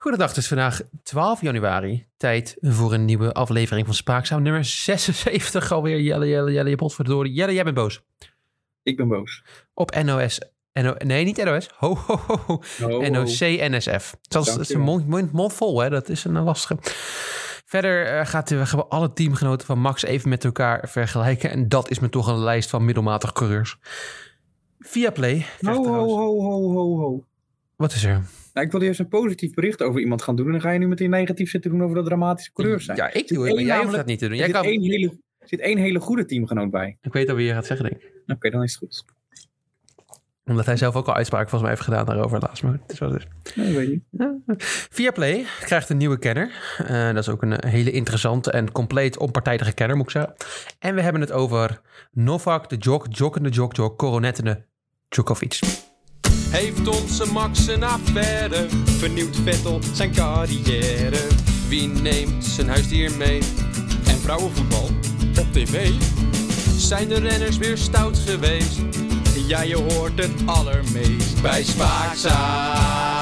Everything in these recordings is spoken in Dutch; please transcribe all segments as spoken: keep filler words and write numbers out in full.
Goedendag, het is vandaag twaalf januari. Tijd voor een nieuwe aflevering van Spraakzaam. Nummer zesenzeventig alweer. Jelle, Jelle, Jelle, je potverdorie. Jelle, jij bent boos. Ik ben boos. Op N O S. N O, nee, niet N O S. Ho, ho, ho, ho. Oh, N O C N S F. Dat is, dat is een mond, mond, mond vol, hè. Dat is een lastige. Verder uh, gaat we gaan we alle teamgenoten van Max even met elkaar vergelijken. En dat is me toch een lijst van middelmatig coureurs. Viaplay. Ho, ho, ho, ho, ho, ho. Wat is er? Nou, ik wilde eerst een positief bericht over iemand gaan doen. En dan ga je nu meteen negatief zitten doen over dat dramatische coureurs zijn. Ja, ik doe het, maar jij hoeft dat niet te doen. Jij er zit, kan... één hele, er zit één hele goede teamgenoot bij. Ik weet al wie je gaat zeggen, denk ik. Oké, okay, dan is het goed. Omdat hij zelf ook al uitspraak volgens mij heeft gedaan daarover laatst. Maar het is wat het is. Nee, weet niet. Ja. Viaplay krijgt een nieuwe kenner. Uh, dat is ook een hele interessante en compleet onpartijdige kenner, moet ik zeggen. En we hebben het over Novak de Djok, Djokkende Djok, Djok, Koronettene Djokovic. Heeft onze Max een affaire? Vernieuwt Vettel zijn carrière? Wie neemt zijn huisdier mee? En vrouwenvoetbal op tv? Zijn de renners weer stout geweest? Ja, je hoort het allermeest bij Spraakzaam.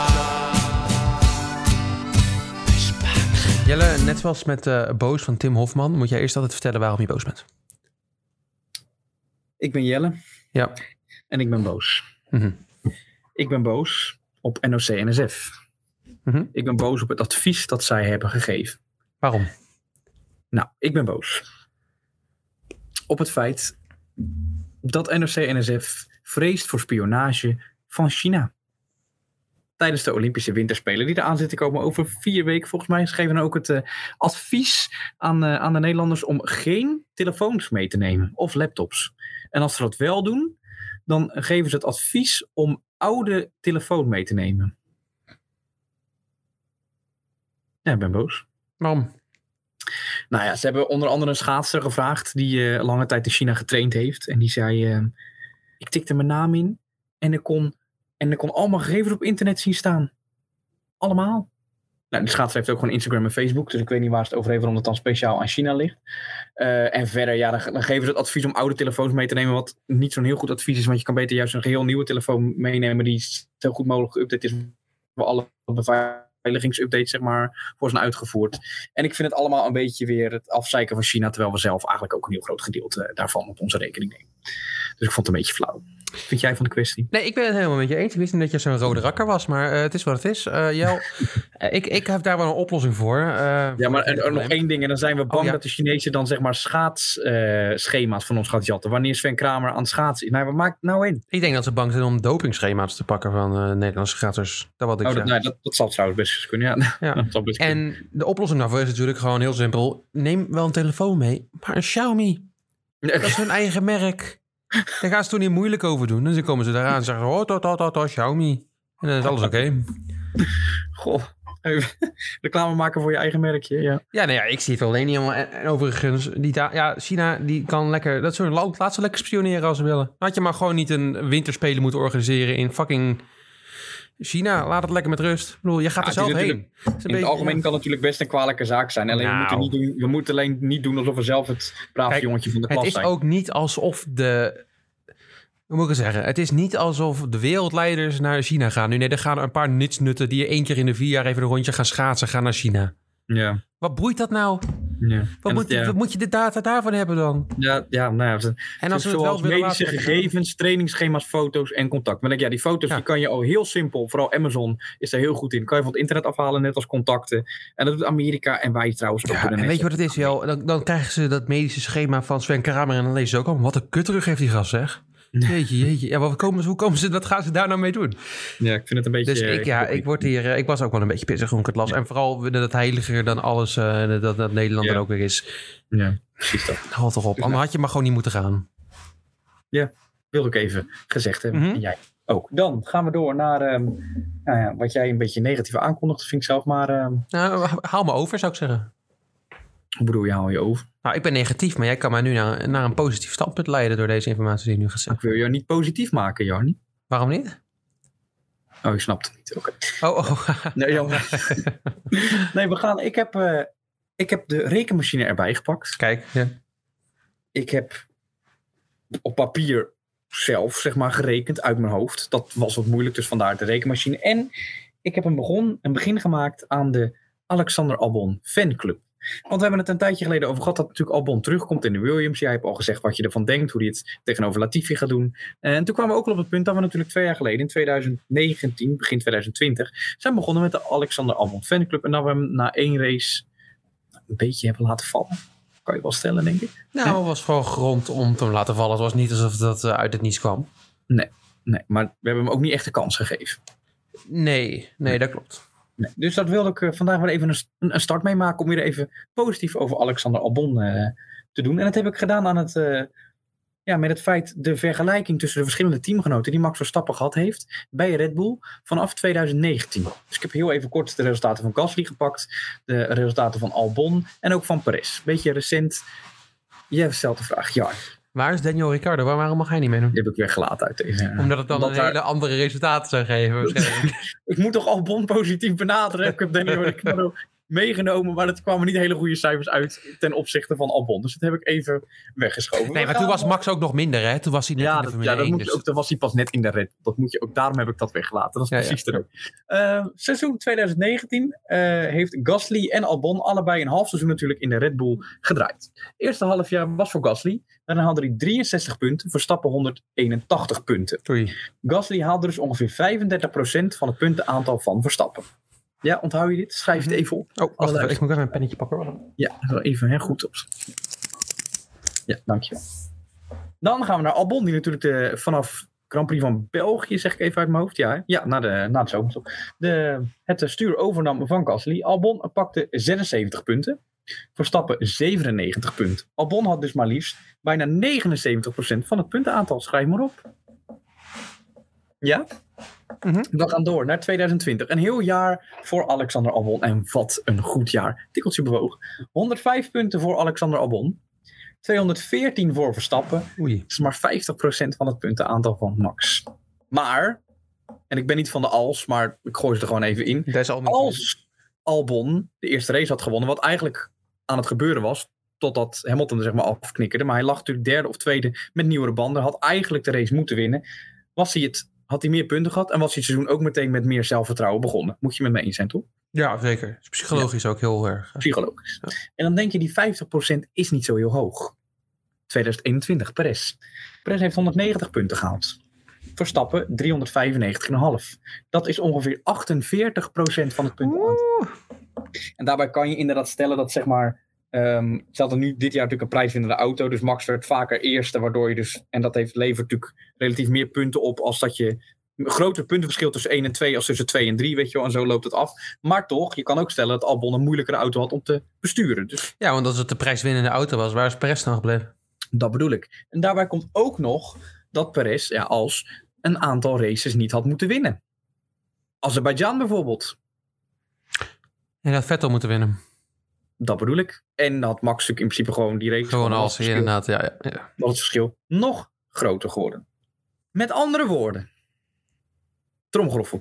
Jelle, net zoals met uh, Boos van Tim Hofman, moet jij eerst altijd vertellen waarom je boos bent. Ik ben Jelle. Ja. En ik ben boos. Mm-hmm. Ik ben boos op N O C N S F. Mm-hmm. Ik ben boos op het advies dat zij hebben gegeven. Waarom? Nou, ik ben boos op het feit dat N O C N S F vreest voor spionage van China. Tijdens de Olympische Winterspelen die eraan zitten komen over vier weken volgens mij. Ze geven ook het uh, advies aan, uh, aan de Nederlanders om geen telefoons mee te nemen of laptops. En als ze dat wel doen, dan geven ze het advies om oude telefoon mee te nemen. Ja, ik ben boos. Waarom? Nou ja, ze hebben onder andere een schaatser gevraagd die uh, lange tijd in China getraind heeft. En die zei, uh, ik tikte mijn naam in en ik kon, en ik kon allemaal gegevens op internet zien staan. Allemaal. Nou, de schaatser heeft ook gewoon Instagram en Facebook, dus ik weet niet waar ze het over heeft, waarom het dan speciaal aan China ligt. Uh, en verder, ja, dan, dan geven ze het advies om oude telefoons mee te nemen, wat niet zo'n heel goed advies is, want je kan beter juist een geheel nieuwe telefoon meenemen die zo goed mogelijk geüpdate is, waar alle beveiligingsupdates, zeg maar, voor zijn uitgevoerd. En ik vind het allemaal een beetje weer het afzeiken van China, terwijl we zelf eigenlijk ook een heel groot gedeelte daarvan op onze rekening nemen. Dus ik vond het een beetje flauw. Wat vind jij van de kwestie? Nee, ik ben het helemaal met je eens. Ik wist niet dat je zo'n rode rakker was, maar uh, het is wat het is. Uh, Jel, ik, ik heb daar wel een oplossing voor. Uh, ja, maar en, nog één ding. En dan zijn we bang oh, ja. dat de Chinezen dan zeg maar schaatsschema's uh, van ons gaat jatten. Wanneer Sven Kramer aan het schaatsen is. Nou, wat maakt het nou in? Ik denk dat ze bang zijn om dopingschema's te pakken van uh, Nederlandse schaatsers. Dat wat ik oh, zeg. Dat, nou, dat, dat zal trouwens best kunnen, ja. ja. dat zal best en kunnen. De oplossing daarvoor is natuurlijk gewoon heel simpel. Neem wel een telefoon mee, maar een Xiaomi. Dat is hun eigen merk. Daar gaan ze toen niet moeilijk over doen. Dus dan komen ze daaraan en zeggen, oh, to, to, to, to, Xiaomi. En dan is alles oké. Okay. Goh, even reclame maken voor je eigen merkje, ja. Ja, nou ja, ik zie het alleen niet helemaal. En, en overigens, die da- ja, China die kan lekker, dat soort land, laat ze lekker spioneren als ze willen. Dan had je maar gewoon niet een winterspelen moeten organiseren in fucking China. Laat het lekker met rust. Ik bedoel, je gaat ja, er zelf heen. In het beetje, algemeen ja. kan het natuurlijk best een kwalijke zaak zijn. Alleen nou, we, moeten niet doen, we moeten alleen niet doen alsof we zelf het brave Kijk, jongetje van de klas zijn. zijn. Het is ook niet alsof de... Hoe moet ik het zeggen? Het is niet alsof de wereldleiders naar China gaan. Nu, nee, er gaan een paar nitsnutten die één keer in de vier jaar even een rondje gaan schaatsen, gaan naar China. Ja. Wat broeit dat nou? Ja. Wat, moet, het, ja. wat moet je de data daarvan hebben dan? Ja, ja nou ja. En als we het zoals wel medische laten... gegevens, trainingsschema's, foto's en contact. Maar denk, ja, die foto's ja. die kan je al heel simpel, vooral Amazon is daar heel goed in. Kan je van het internet afhalen, net als contacten. En dat doet Amerika en wij trouwens ook. Ja, en weet je wat het is, joh? Dan, dan krijgen ze dat medische schema van Sven Kramer en dan lezen ze ook al, wat een kutterug heeft die gast, zeg. Jeetje, jeetje. Ja, wat komen ze, hoe komen ze, wat gaan ze daar nou mee doen? Ja, ik vind het een beetje... Dus ik, ja, ik word hier, ik was ook wel een beetje pissig toen ik het las. Ja. En vooral dat heiliger dan alles, uh, dat, dat Nederland ja. er ook weer is. Ja, precies dat. Hou toch op, anders had je maar gewoon niet moeten gaan. Ja, wilde ik even gezegd hebben. Mm-hmm. En jij ook. Dan gaan we door naar um, nou ja, wat jij een beetje negatief aankondigt, vind ik zelf maar... Um... Nou, haal me over, zou ik zeggen. Hoe bedoel je, haal je over? Nou, ik ben negatief, maar jij kan mij nu naar, naar een positief standpunt leiden door deze informatie die je nu gaat zeggen. Ik wil jou niet positief maken, Jarnie. Waarom niet? Oh, ik snap het niet. Oké. Okay. Oh, oh. Nee, nee, we gaan... Ik heb, uh, ik heb de rekenmachine erbij gepakt. Kijk, ja. Ik heb op papier zelf, zeg maar, gerekend uit mijn hoofd. Dat was wat moeilijk, dus vandaar de rekenmachine. En ik heb een, begon, een begin gemaakt aan de Alexander Albon fanclub. Want we hebben het een tijdje geleden over gehad dat natuurlijk Albon terugkomt in de Williams. Jij hebt al gezegd wat je ervan denkt, hoe hij het tegenover Latifi gaat doen. En toen kwamen we ook al op het punt dat we natuurlijk twee jaar geleden, in twintig negentien, begin twintig twintig, zijn begonnen met de Alexander Albon fanclub. En dat we hem na één race een beetje hebben laten vallen. Kan je wel stellen, denk ik. Nou, het was gewoon grond om te laten vallen. Het was niet alsof dat uh, uit het niets kwam. Nee, nee, maar we hebben hem ook niet echt de kans gegeven. Nee, nee, dat klopt. Nee, dus dat wilde ik uh, vandaag wel even een, een start mee maken om weer even positief over Alexander Albon uh, te doen. En dat heb ik gedaan aan het, uh, ja, met het feit de vergelijking tussen de verschillende teamgenoten die Max Verstappen gehad heeft bij Red Bull vanaf twintig negentien. Dus ik heb heel even kort de resultaten van Gasly gepakt, de resultaten van Albon en ook van Perez. Beetje recent. Jij stelt de vraag, ja. Waar is Daniel Ricciardo? Waarom mag hij niet meedoen? Die heb ik weggelaten uit deze. Omdat het dan Omdat een daar... hele andere resultaten zou geven waarschijnlijk. Ik moet toch Albon positief benaderen. Ik heb Daniel Ricciardo meegenomen, maar het kwamen niet hele goede cijfers uit ten opzichte van Albon. Dus dat heb ik even weggeschoven. Nee, maar toen was Max ook nog minder, hè? Toen was hij net ja, in de dat, Formule ja, dat één. moet je Dus... ook, dan was hij pas net in de Red. Dat moet je ook, daarom heb ik dat weggelaten. Dat is ja, precies ja. er ook. Uh, seizoen twintig negentien uh, heeft Gasly en Albon allebei een half seizoen natuurlijk in de Red Bull gedraaid. Eerste half jaar was voor Gasly. Daarna haalde hij drieënzestig punten, Verstappen honderdeenentachtig punten. Oei. Gasly haalde dus ongeveer vijfendertig procent van het puntenaantal van Verstappen. Ja, onthoud je dit? Schrijf het even op. Oh, wacht even. Ik moet even een pennetje pakken. Ja, even hè, goed op. Ja, dankjewel. Dan gaan we naar Albon, die natuurlijk de, vanaf Grand Prix van België, zeg ik even uit mijn hoofd. Ja, ja naar de, naar de zomerstop. De, het stuur overnam van Gasly. Albon pakte zesenzeventig punten. Verstappen zevenennegentig punten. Albon had dus maar liefst bijna negenenzeventig procent van het puntenaantal. Schrijf maar op. Ja? Mm-hmm. We gaan door naar twintig twintig. Een heel jaar voor Alexander Albon. En wat een goed jaar. Tikkeltje bewoog. honderdvijf punten voor Alexander Albon. tweehonderdveertien voor Verstappen. Oei. Dat is maar vijftig procent van het puntenaantal van Max. Maar, en ik ben niet van de als, maar ik gooi ze er gewoon even in. Als Albon de eerste race had gewonnen, wat eigenlijk aan het gebeuren was, totdat Hamilton er zeg maar afknikkerde. Maar hij lag natuurlijk derde of tweede met nieuwere banden. Had eigenlijk de race moeten winnen. Was hij het... Had hij meer punten gehad en was hij het seizoen ook meteen met meer zelfvertrouwen begonnen. Moet je met me eens zijn, toch? Ja, zeker. Psychologisch ja. ook heel erg. Psychologisch. Ja. En dan denk je, die vijftig procent is niet zo heel hoog. twintig eenentwintig, Perez. Perez heeft honderdnegentig punten gehaald. Verstappen driehonderdvijfennegentig komma vijf. Dat is ongeveer achtenveertig procent van het puntenaantal. En daarbij kan je inderdaad stellen dat zeg maar... Um, ze hadden nu dit jaar natuurlijk een prijswinnende auto. Dus Max werd vaker eerste, waardoor je dus... En dat heeft, levert natuurlijk relatief meer punten op als dat je... Een groter puntenverschil tussen één en twee als tussen twee en drie, weet je wel. En zo loopt het af. Maar toch, je kan ook stellen dat Albon een moeilijkere auto had om te besturen. Dus, ja, want als het de prijswinnende auto was, waar is Perez dan gebleven? Dat bedoel ik. En daarbij komt ook nog dat Perez, ja, als een aantal races niet had moeten winnen. Azerbeidzjan bijvoorbeeld. En dat Vettel moeten winnen. Dat bedoel ik. En had Max natuurlijk in principe gewoon die race... Gewoon als, inderdaad, ja, ja, ja. Was het verschil nog groter geworden. Met andere woorden. Tromgeroffel.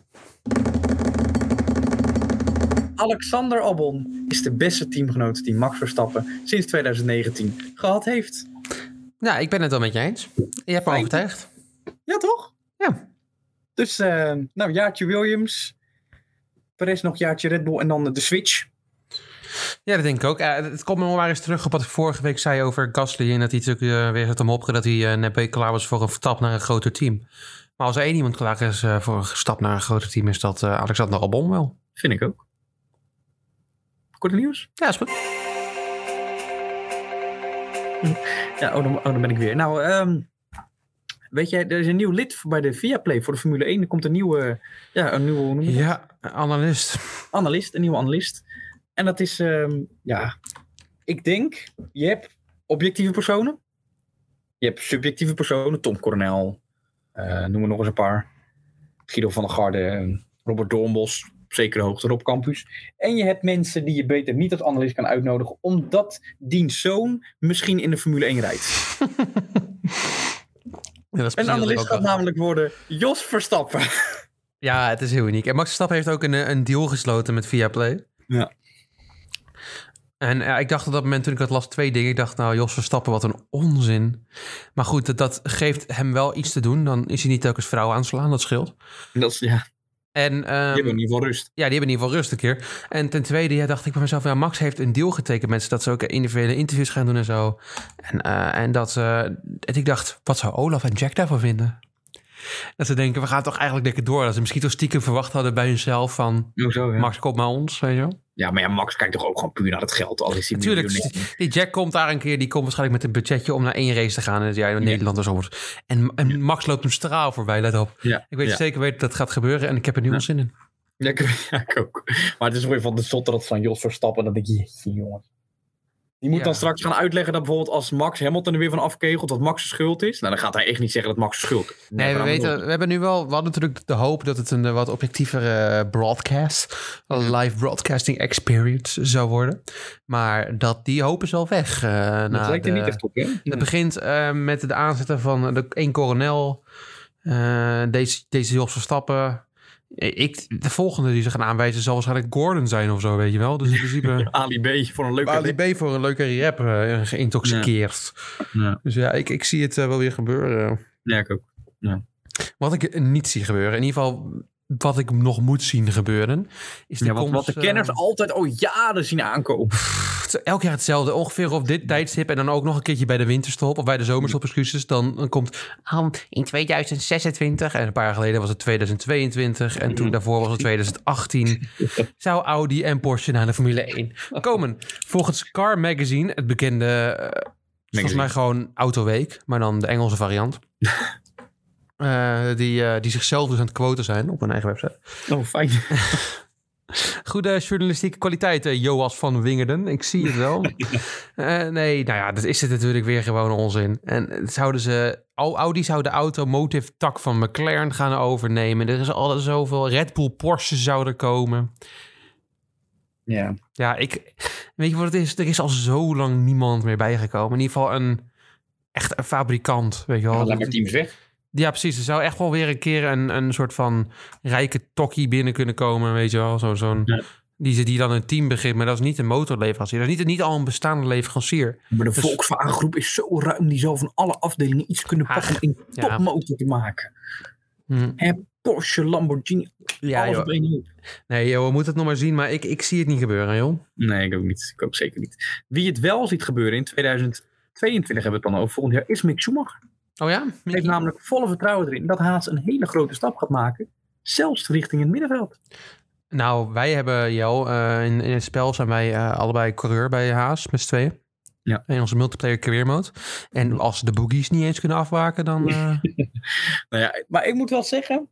Alexander Albon is de beste teamgenoot die Max Verstappen sinds twintig negentien gehad heeft. Nou, ik ben het wel met je eens. Je hebt me overtuigd. Ja, toch? Ja. Dus, uh, nou, jaartje Williams. Perez nog jaartje Red Bull en dan de switch. Ja, dat denk ik ook. Uh, het komt me maar eens terug op wat ik vorige week zei over Gasly. En dat hij natuurlijk uh, weer zat te mopperen dat hij uh, net bij klaar was voor een stap naar een groter team. Maar als er één iemand klaar is uh, voor een stap naar een groter team, is dat uh, Alexander Albon wel. Vind ik ook. Korte nieuws? Ja, is goed. Ja, oh dan, oh, dan ben ik weer. Nou, um, weet jij, er is een nieuw lid bij de Viaplay voor de Formule één. Er komt een nieuwe, ja, een nieuwe, hoe noem je dat? Ja, analist. Analist, een nieuwe analist. En dat is, um, ja, ik denk, je hebt objectieve personen. Je hebt subjectieve personen, Tom Coronel, uh, noem er nog eens een paar. Guido van der Garde, Robert Doornbos, op zekere hoogte, Rob Campus. En je hebt mensen die je beter niet als analist kan uitnodigen, omdat diens zoon misschien in de Formule één rijdt. Ja, een analist gaat namelijk worden Jos Verstappen. Ja, het is heel uniek. En Max Verstappen heeft ook een, een deal gesloten met Viaplay. Ja. En ja, ik dacht op dat moment toen ik dat las twee dingen. Ik dacht, nou Jos Verstappen, wat een onzin. Maar goed, dat, dat geeft hem wel iets te doen. Dan is hij niet telkens vrouw aanslaan, dat scheelt. Dat is, ja. En, um, die hebben in ieder geval rust. Ja, die hebben in ieder geval rust een keer. En ten tweede ja, dacht ik bij mezelf... Ja, Max heeft een deal getekend met ze... dat ze ook individuele interviews gaan doen en zo. En, uh, en dat uh, en ik dacht... wat zou Olaf en Jack daarvan vinden? Dat ze denken, we gaan toch eigenlijk lekker door. Dat ze misschien toch stiekem verwacht hadden bij hunzelf van... Zo, ja. Max, komt naar ons, weet je wel? Ja, maar ja, Max kijkt toch ook gewoon puur naar het geld. Al is hij natuurlijk, die Jack komt daar een keer... die komt waarschijnlijk met een budgetje om naar één race te gaan... in het jaar in ja. Nederland of zo. En, en ja. Max loopt hem straal voorbij, let op. Ja. Ik weet ja. zeker weten dat het gaat gebeuren... en ik heb er nu al ja. zin in. Ja ik, ja, ik ook. Maar het is weer van de zotte van Jos Verstappen... dan denk je, jeetje, jongens. Die moet ja. dan straks gaan uitleggen dat bijvoorbeeld als Max Hamilton er weer van afkegelt... dat Max schuld is. Nou, dan gaat hij echt niet zeggen dat Max schuld is. Nee, we weten, we hebben nu wel... We hadden natuurlijk de hoop dat het een wat objectievere broadcast... een live broadcasting experience zou worden. Maar dat, die hoop is al weg. Uh, dat lijkt er niet echt op, hè? Het ja. begint uh, met de aanzetten van de één coronel... Uh, deze, deze Jos Verstappen... Ik, de volgende die ze gaan aanwijzen zal waarschijnlijk Gordon zijn of zo, weet je wel. Dus in principe... Ali B voor een leuke Ali B voor een leuke rap uh, geïntoxiceerd. Ja. Ja. Dus ja, ik, ik zie het uh, wel weer gebeuren. Ja, ik ook. Ja. Wat ik niet zie gebeuren, in ieder geval wat ik nog moet zien gebeuren... is de ja, wat, komst, wat de kenners uh, altijd al jaren zien aankomen. Pff, elk jaar hetzelfde, ongeveer op dit tijdstip... en dan ook nog een keertje bij de winterstop of bij de zomerstop, excuses. Dan, dan komt um, in tweeduizend zesentwintig... en een paar jaar geleden was het tweeduizend tweeëntwintig... en toen daarvoor was het tweeduizend achttien... zou Audi en Porsche naar de Formule één komen. Volgens Car Magazine, het bekende... Uh, volgens mij gewoon Autoweek, maar dan de Engelse variant... Uh, die, uh, die zichzelf dus aan het quoten zijn op hun eigen website. Oh, fijn. Goede journalistieke kwaliteit, uh, Joas van Wingerden. Ik zie het wel. uh, nee, nou ja, dat is het natuurlijk weer gewoon onzin. En zouden ze... Audi zou de automotive tak van McLaren gaan overnemen. Er is altijd zoveel. Red Bull, Porsche zouden komen. Ja. Ja, ik... Weet je wat het is? Er is al zo lang niemand meer bijgekomen. In ieder geval een... Echt een fabrikant, weet je wel. Ja, laat maar teams weg. Ja, precies. Er zou echt wel weer een keer een, een soort van rijke tokkie binnen kunnen komen, weet je wel. Zo, zo'n, ja. die, die dan een team begint, maar dat is niet een motorleverancier. Dat is niet, niet al een bestaande leverancier. Maar de dus, Volkswagen groep is zo ruim, die zou van alle afdelingen iets kunnen pakken om een topmotor ja. te maken. Hmm. He, Porsche, Lamborghini, ja, alles op één hoop. Nee, joh, we moeten het nog maar zien, maar ik, ik zie het niet gebeuren, joh. Nee, ik ook niet. Ik ook zeker niet. Wie het wel ziet gebeuren in tweeduizend tweeëntwintig hebben we het dan over volgend jaar, is Mick Schumacher. Oh ja? Hij heeft namelijk volle vertrouwen erin dat Haas een hele grote stap gaat maken. Zelfs richting het middenveld. Nou, wij hebben, Jo, uh, in, in het spel zijn wij uh, allebei coureur bij Haas met z'n tweeën. Ja. In onze multiplayer career mode. En als ze de boogies niet eens kunnen afwaken, dan... Uh... nou ja, maar ik moet wel zeggen...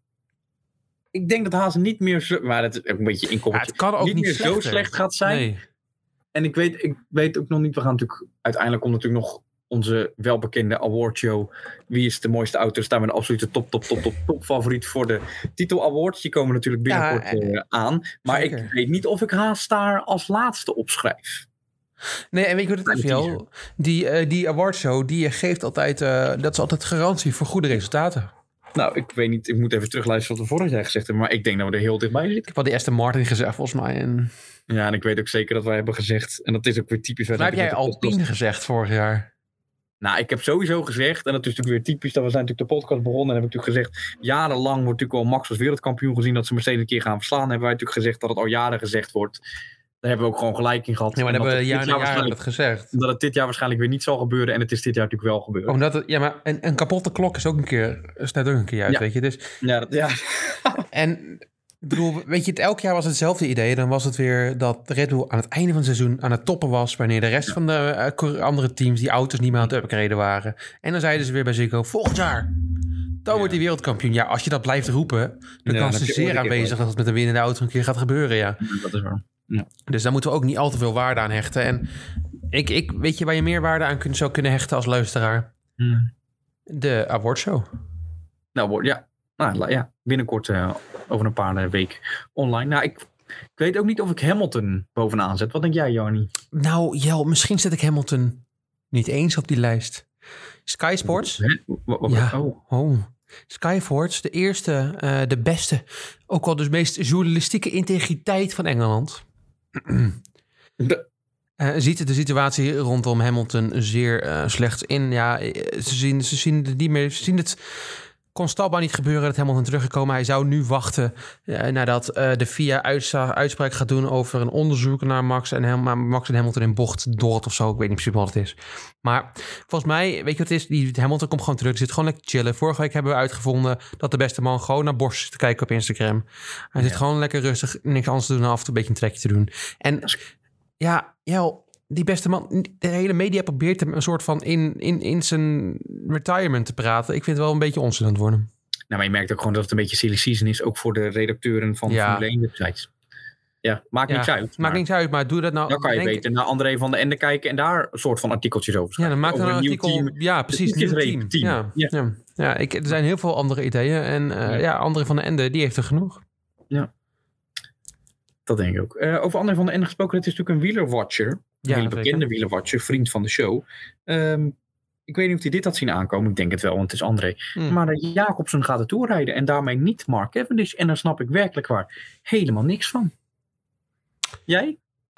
Ik denk dat Haas niet meer zo... Maar het is een beetje inkoppeltje. Ja, het kan ook niet, niet meer slechter. zo slecht gaat zijn. Nee. En ik weet, ik weet ook nog niet... We gaan natuurlijk... Uiteindelijk komt natuurlijk nog... onze welbekende awardshow. Wie is de mooiste auto? Staan we een absolute top, top, top, top, top favoriet voor de titel awards. Die komen natuurlijk binnenkort ja, uh, aan. Maar zeker. Ik weet niet of ik Haas daar als laatste opschrijf. Nee, en weet je wat het is, Jo? Die, uh, die awardshow, die geeft altijd... Uh, dat is altijd garantie voor goede resultaten. Nou, ik weet niet. Ik moet even terugluisteren wat we vorig jaar gezegd hebben. Maar ik denk dat we er heel dichtbij zitten. Ik heb al die Aston Martin gezegd, volgens mij. En... Ja, en ik weet ook zeker dat wij hebben gezegd... En dat is ook weer typisch... Maar heb jij Alpine gezegd vorig jaar? Nou, ik heb sowieso gezegd, en dat is natuurlijk weer typisch, dat we zijn natuurlijk de podcast begonnen en hebben natuurlijk gezegd, jarenlang wordt natuurlijk al Max als wereldkampioen gezien, dat ze Mercedes een keer gaan verslaan. Hebben wij natuurlijk gezegd dat het al jaren gezegd wordt. Daar hebben we ook gewoon gelijk in gehad. Ja, maar dan hebben we jaar na jaar dat gezegd. Dat het dit jaar waarschijnlijk weer niet zal gebeuren en het is dit jaar natuurlijk wel gebeurd. Omdat het, ja, maar een, een kapotte klok is ook een keer, staat ook een keer uit, ja. weet je. Dus, ja, dat, ja. En... Ik bedoel, weet je, het, elk jaar was hetzelfde idee. Dan was het weer dat Red Bull aan het einde van het seizoen aan het toppen was, wanneer de rest ja. van de uh, andere teams die auto's niet meer aan het upgraden waren. En dan zeiden ze weer bij Ziggo, volgend jaar, dan ja. wordt hij wereldkampioen. Ja, als je dat blijft roepen, dan ja, kan ze zeer aanwezig dat het met een winnende auto een keer gaat gebeuren, ja. ja dat is waar. Ja. Dus daar moeten we ook niet al te veel waarde aan hechten. En ik, ik weet je waar je meer waarde aan kunt, zou kunnen hechten als luisteraar? Hmm. De awardshow. Nou, ja. Nou, ja, binnenkort uh, over een paar uh, weken online. Nou, ik, ik weet ook niet of ik Hamilton bovenaan zet. Wat denk jij, Jarnie? Nou, Jel, misschien zet ik Hamilton niet eens op die lijst. Sky Sports. Ja, oh. oh. Sky Sports, de eerste, uh, de beste, ook al dus meest journalistieke integriteit van Engeland. De... Uh, ziet de situatie rondom Hamilton zeer uh, slecht in. Ja, ze zien, ze zien het niet meer. Ze zien het... kon Stalbaum niet gebeuren dat Hamilton teruggekomen. Hij zou nu wachten uh, nadat uh, de F I A uitza- uitspraak gaat doen over een onderzoek naar Max en, Ham- Max en Hamilton in bocht Dordt of zo. Ik weet niet precies wat het is. Maar volgens mij, weet je wat het is? Die Hamilton komt gewoon terug. Die zit gewoon lekker chillen. Vorige week hebben we uitgevonden dat de beste man gewoon naar borst zit te kijken op Instagram. Hij ja. zit gewoon lekker rustig, niks anders te doen dan af en toe een beetje een trekje te doen. En ja, ja, die beste man, de hele media probeert hem een soort van in, in, in zijn retirement te praten. Ik vind het wel een beetje onzin aan het worden. Nou, maar je merkt ook gewoon dat het een beetje silly season is, ook voor de redacteuren van ja. Formule één websites. Ja, maakt ja, niks uit. Maakt niks uit, maar doe dat nou. Dan kan je denk... beter naar André van der Ende kijken en daar een soort van artikeltjes over schrijven. Ja, dan maak dan een, een artikel. Team. Ja, precies. Nieuw team. team. Ja, ja. ja. ja ik, er zijn heel veel andere ideeën en uh, ja. ja, André van der Ende, die heeft er genoeg. Ja. Dat denk ik ook. Uh, over André van der Ende gesproken, het is natuurlijk een wielerwatcher. Een ja, hele bekende zeker. wielerwatcher, vriend van de show. Um, ik weet niet of hij dit had zien aankomen. Ik denk het wel, want het is André. Mm. Maar uh, Jacobsen gaat de Tour rijden en daarmee niet Mark Cavendish. En daar snap ik werkelijk waar helemaal niks van. Jij?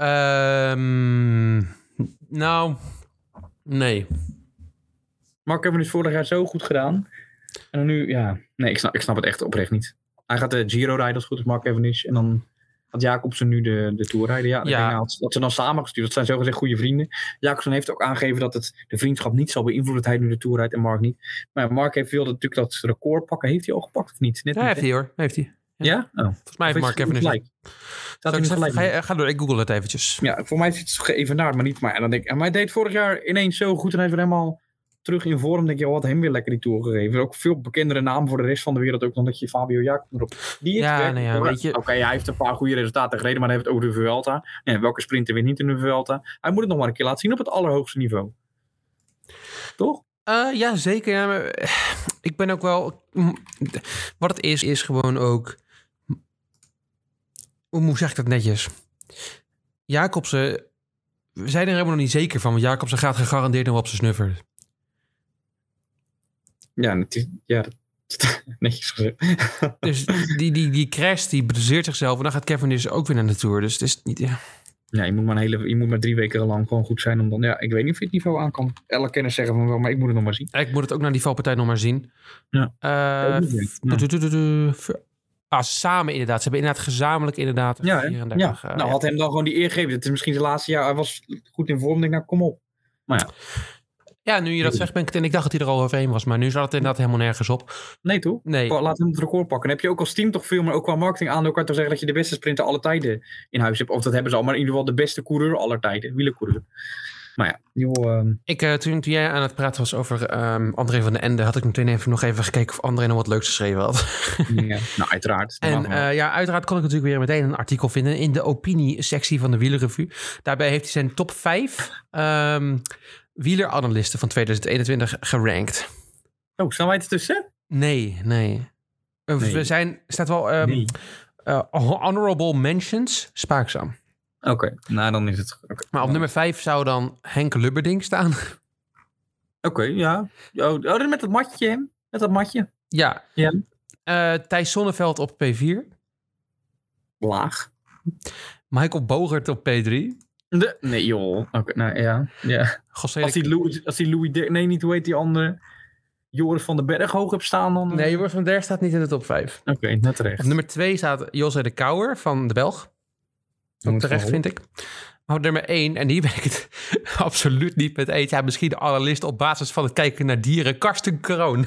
Um, nou, nee. Mark Cavendish vorig jaar zo goed gedaan. En dan nu, ja... Nee, ik snap, ik snap het echt oprecht niet. Hij gaat de Giro rijden als goed is Mark Cavendish. En dan gaat Jacobsen nu de, de Tour rijden. Ja, ja. Nou, dat ze dan samen gestuurd. Dat zijn zogezegd goede vrienden. Jacobsen heeft ook aangegeven dat het de vriendschap niet zal beïnvloeden dat hij nu de Tour rijdt en Mark niet. Maar Mark heeft wilde natuurlijk dat record pakken. Heeft hij al gepakt of niet? Net ja, niet, heeft hij hoor. Heeft hij. Ja? ja? Oh. Volgens mij heeft Mark Cavendish. Staat hij gelijk? Ga, je, ga door, ik google het eventjes. Ja, voor mij is het even naar, maar niet. Maar, en dan denk ik, maar hij deed vorig jaar ineens zo goed en hij is weer helemaal terug in vorm. Denk je, oh, wat hem weer lekker die Tour gegeven. Ook veel bekendere naam voor de rest van de wereld ook dan dat je Fabio Jacobsen erop. Die ja, nee, ja, weet je. Oké, okay, hij heeft een paar goede resultaten gereden, maar hij heeft het over de Vuelta. Ja, welke sprinter wint niet in de Vuelta? Hij moet het nog maar een keer laten zien op het allerhoogste niveau. Toch? Uh, ja, zeker. Ja, maar ik ben ook wel... Wat het is, is gewoon ook... Hoe zeg ik dat netjes? Jacobsen... We zijn er helemaal nog niet zeker van, want Jacobsen gaat gegarandeerd nog op zijn snuffer. Ja, het, ja netjes gezegd. Dus die, die, die crash, die bedoeert zichzelf en dan gaat Cavendish ook weer naar de Tour. Dus het is niet... Ja. Ja, je moet maar een hele, je moet maar drie weken lang gewoon goed zijn om dan... Ja, ik weet niet of je het niveau aan kan. Elke kenner zeggen van wel, maar ik moet het nog maar zien. Ik moet het ook naar die valpartij nog maar zien. Ja. Uh, ja. Ah, samen inderdaad. Ze hebben inderdaad gezamenlijk inderdaad... Ja, vierendertig, ja. Uh, nou ja. had hem dan gewoon die eer gegeven. Het is misschien zijn laatste jaar. Hij was goed in vorm. Denk nou, kom op. Maar ja. Ja, nu je dat zegt ben ik... En ik dacht dat hij er al overheen was. Maar nu zat het inderdaad helemaal nergens op. Nee, toch? Nee. Laat hem het record pakken. Dan heb je ook als team toch veel, maar ook qua marketing aan. Dan kan je toch zeggen dat je de beste sprinter aller tijden in huis hebt. Of dat hebben ze al. Maar in ieder geval de beste coureur aller tijden. Wielercoureur. Maar ja, joh... Um... Ik, uh, toen, toen jij aan het praten was over um, André van den Ende... had ik meteen even nog even gekeken of André nog wat leuks geschreven had. Ja, nou, uiteraard. En uh, ja, uiteraard kon ik natuurlijk weer meteen een artikel vinden... in de opiniesectie van de Wielerrevue. Daarbij heeft hij zijn top vijf um, wieleranalisten van tweeduizend eenentwintig gerankt. Oh, staan wij ertussen? Nee, nee. nee. We zijn... staat wel... Um, nee. uh, honorable mentions, spaakzaam. Oké, okay, nou dan is het... Okay. Maar op nummer vijf zou dan Henk Lubberding staan. Oké, okay, ja. Oh, oh, met dat matje, met dat matje. Ja. ja. Uh, Thijs Sonneveld op P vier. Laag. Michael Bogert op P drie. De, nee joh, oké, okay, nou ja. ja. Als die Louis, als die Louis de, nee niet, hoe heet die andere... Joris van den Berg hoog hebt staan dan... Nee, Joris van den Berg staat niet in de top vijf. Oké, okay, net terecht. Op nummer twee staat José de Kouwer van de Belg. Ook terecht, vind ik. Maar nummer één, en hier ben ik het absoluut niet met eens. Ja, misschien de analist op basis van het kijken naar dieren. Karsten Kroon.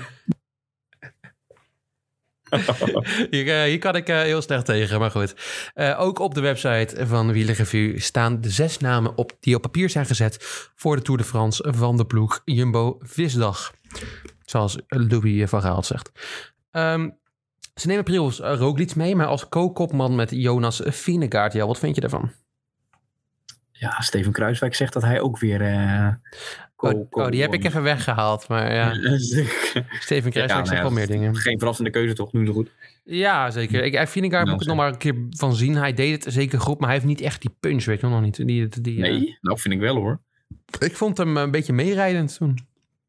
hier, uh, hier kan ik uh, heel slecht tegen, maar goed. Uh, ook op de website van Wielerrevue staan de zes namen op die op papier zijn gezet voor de Tour de France van de ploeg Jumbo-Visdag. Zoals Louis van Gaal zegt. Um, Ze nemen Primož Roglič mee, maar als co-kopman met Jonas Vingegaard. Ja, wat vind je daarvan? Ja, Steven Kruijswijk zegt dat hij ook weer... Uh, oh, oh, die heb ik even weggehaald, maar ja. Steven Kruijswijk ja, zegt nou ja, wel meer dingen. Geen verrassende keuze toch, nu zo goed. Ja, zeker. Ik, Vingegaard moet ik het nog maar een keer van zien. Hij deed het zeker goed, maar hij heeft niet echt die punch, weet je nog niet. Die, die, nee, uh... nou vind ik wel hoor. Ik vond hem een beetje meerijdend toen.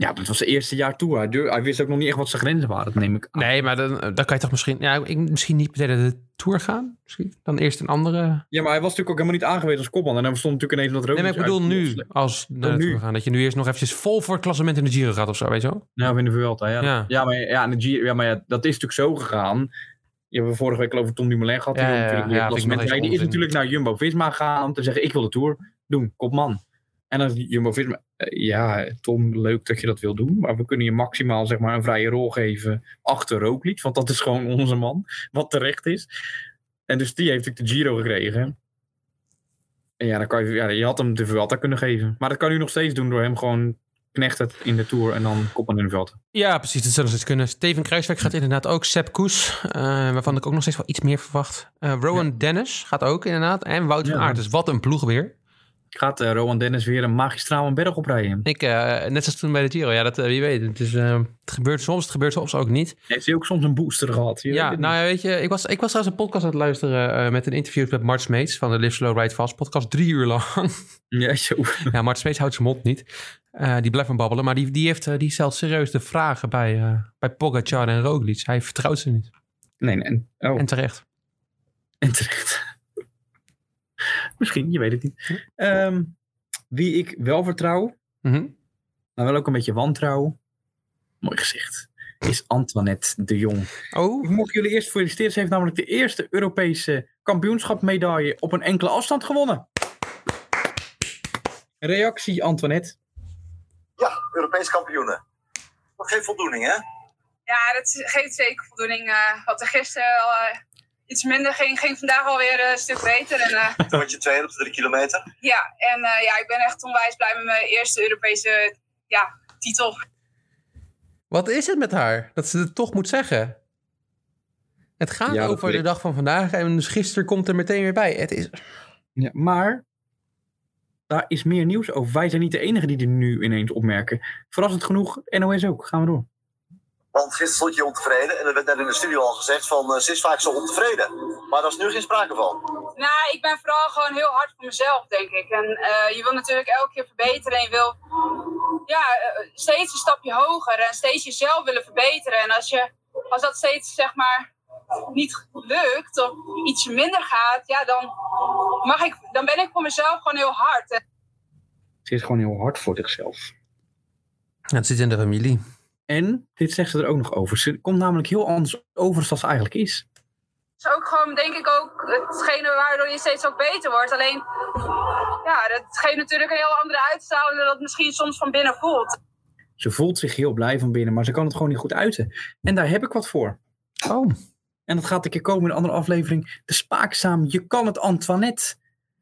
Ja, het was zijn eerste jaar toe. Hij, durf, hij wist ook nog niet echt wat zijn grenzen waren, dat neem ik aan. Nee, maar dan, dan kan je toch misschien... Ja, ik, misschien niet meteen de Tour gaan. Misschien dan eerst een andere... Ja, maar hij was natuurlijk ook helemaal niet aangewezen als kopman. En dan stond natuurlijk ineens dat er ook... Nee, maar ik bedoel nu, als naar de Tour gaan. Dat je nu eerst nog eventjes vol voor het klassement in de Giro gaat of zo, weet je wel? Ja, of in de Vuelta, ja. Ja, ja maar, ja, in de Giro, ja, maar ja, dat is natuurlijk zo gegaan. Je hebt vorige week over Tom Dumoulin gehad. Ja, die, ja, natuurlijk ja, ja, klassement, vind ik die is onzin. natuurlijk naar Jumbo-Visma gegaan om te zeggen, ik wil de Tour doen, kopman. En dan is Jumbo-Visma, ja, Tom, leuk dat je dat wil doen, maar we kunnen je maximaal zeg maar een vrije rol geven achter Roglic, want dat is gewoon onze man, wat terecht is. En dus die heeft natuurlijk de Giro gekregen. En ja, dan kan je, ja, je had hem de Vuelta kunnen geven. Maar dat kan u nog steeds doen door hem gewoon knechten in de Tour en dan kopman in de Vuelta. Ja, precies. Dat zou dus kunnen. Steven Kruiswijk gaat inderdaad ook. Sepp Koes, uh, waarvan ik ook nog steeds wel iets meer verwacht. Uh, Rowan ja. Dennis gaat ook inderdaad. En Wout van Ja. Aert. Dus wat een ploeg weer. Gaat uh, Rowan Dennis weer een magistraal een berg oprijden? Ik, uh, net zoals toen bij de Giro. Ja, dat uh, wie weet. Het, is, uh, het gebeurt soms, het gebeurt soms ook niet. Heeft hij ook soms een booster gehad? Je Ja, weet nou ja, weet je, ik was, ik was trouwens een podcast aan het luisteren uh, met een interview met Mart Smeets van de Live Slow Ride Fast podcast. Drie uur lang. Ja, zo. Ja, Mart Smeets houdt zijn mond niet. Uh, die blijft maar babbelen. Maar die, die, heeft, uh, die stelt serieus de vragen bij, uh, bij Pogacar en Roglic. Hij vertrouwt ze niet. Nee, nee. En, oh. En terecht. En terecht. Misschien, je weet het niet. Um, wie ik wel vertrouw, Mm-hmm. maar wel ook een beetje wantrouw, mooi gezicht, is Antoinette de Jong. Oh. Ik mocht jullie eerst feliciteren. Ze heeft namelijk de eerste Europese kampioenschapmedaille op een enkele afstand gewonnen. Reactie, Antoinette. Ja, Europees kampioenen. Dat geeft voldoening, hè? Ja, dat geeft zeker voldoening. Uh, wat er gisteren al uh, iets minder ging, ging vandaag alweer uh, een stuk beter. En, uh, Toen word je tweede op de drie kilometer. Ja, en uh, ja, ik ben echt onwijs blij met mijn eerste Europese ja, titel. Wat is het met haar? Dat ze het toch moet zeggen. Het gaat Ja, over de dag van vandaag en dus gisteren komt er meteen weer bij. Het is... Ja, maar daar is meer nieuws over. Wij zijn niet de enige die er nu ineens opmerken. Verrassend genoeg, N O S ook. Gaan we door. Want gisteren stond je ontevreden. En er werd net in de studio al gezegd van uh, ze is vaak zo ontevreden. Maar daar is nu geen sprake van. Nou, ik ben vooral gewoon heel hard voor mezelf, denk ik. En uh, je wil natuurlijk elke keer verbeteren. En je wil ja, uh, steeds een stapje hoger. En steeds jezelf willen verbeteren. En als, je, als dat steeds, zeg maar, niet lukt of iets minder gaat, ja, dan, mag ik, dan ben ik voor mezelf gewoon heel hard. Ze is gewoon heel hard voor zichzelf. Ja, het zit in de familie. En, dit zegt ze er ook nog over. Ze komt namelijk heel anders over dan ze eigenlijk is. Het is ook gewoon, denk ik, ook hetgene waardoor je steeds ook beter wordt. Alleen, ja, dat geeft natuurlijk een heel andere uitstraling dan dat het misschien soms van binnen voelt. Ze voelt zich heel blij van binnen, maar ze kan het gewoon niet goed uiten. En daar heb ik wat voor. Oh. En dat gaat een keer komen in een andere aflevering. De Spaakzaam, je kan het Antoinette.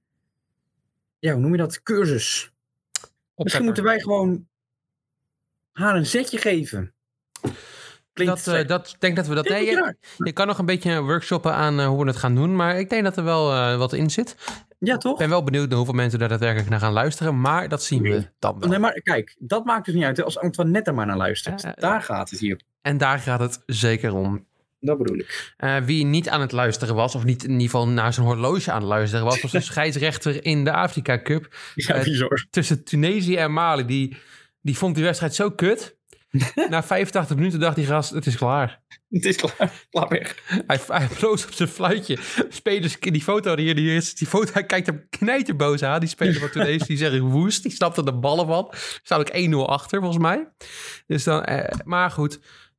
Ja, hoe noem je dat? Cursus. Misschien moeten wij gewoon haar een zetje geven. Dat, uh, dat denk dat we dat... Nee, je, je kan nog een beetje workshoppen aan uh, hoe we het gaan doen. Maar ik denk dat er wel uh, wat in zit. Ja, toch? Ik ben wel benieuwd naar hoeveel mensen daar daadwerkelijk naar gaan luisteren. Maar dat zien we dan wel. Nee, maar kijk, dat maakt dus niet uit. Als Antoinette er maar naar luistert. Uh, daar gaat het hier. En daar gaat het zeker om. Dat bedoel ik. Uh, wie niet aan het luisteren was, of niet in ieder geval naar zijn horloge aan het luisteren was, was de scheidsrechter in de Afrika Cup. Ja, uh, bizar. Tussen Tunesië en Mali. Die, die vond die wedstrijd zo kut. Na vijfentachtig minuten dacht die gast, het is klaar. Het is klaar. Klaar weg. Hij, hij bloos op zijn fluitje. Spelers, die foto hier, die, is, die foto, hij kijkt hem knijterboos aan. Die speler van Tunesië, die zeggen woest. Die snapt er de ballen van. Er staat ook één nul achter, volgens mij. Dus dan, eh, maar goed.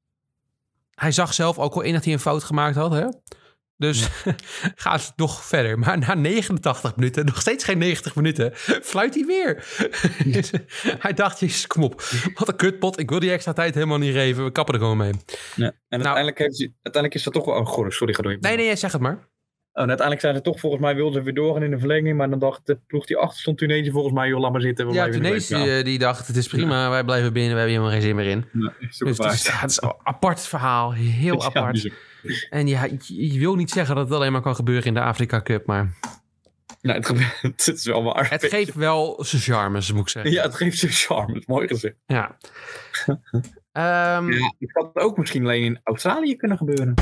Hij zag zelf ook wel in dat hij een fout gemaakt had, hè? Dus ja. Gaat het nog verder. Maar na negenentachtig minuten, nog steeds geen negentig minuten, fluit hij weer. Ja. Dus, hij dacht, jezus, kom op. Wat een kutpot. Ik wil die extra tijd helemaal niet geven. We kappen er gewoon mee. Ja. En nou, uiteindelijk, heeft hij, uiteindelijk is dat toch wel... Oh, goh, sorry, ga door. Nee, nee, zeg het maar. Oh, en uiteindelijk zijn ze toch, volgens mij wilden ze weer doorgaan in de verlenging. Maar dan dacht de ploeg die achter stond, Tunesië, volgens mij, joh, laat maar zitten. We ja, Tunesië die dacht, het is prima. Ja. Wij blijven binnen, we hebben helemaal geen zin meer in. Nee, dus het is, ja, het is een apart verhaal. Heel ja, apart. En ja, je, je wil niet zeggen dat het alleen maar kan gebeuren in de Afrika Cup, maar... Nou, het, gebeurt, het is wel waar. Het geeft wel zijn charmes, moet ik zeggen. Ja, het geeft zijn charmes. Mooi gezegd. Ja. um, ja, het had ook misschien alleen in Australië kunnen gebeuren.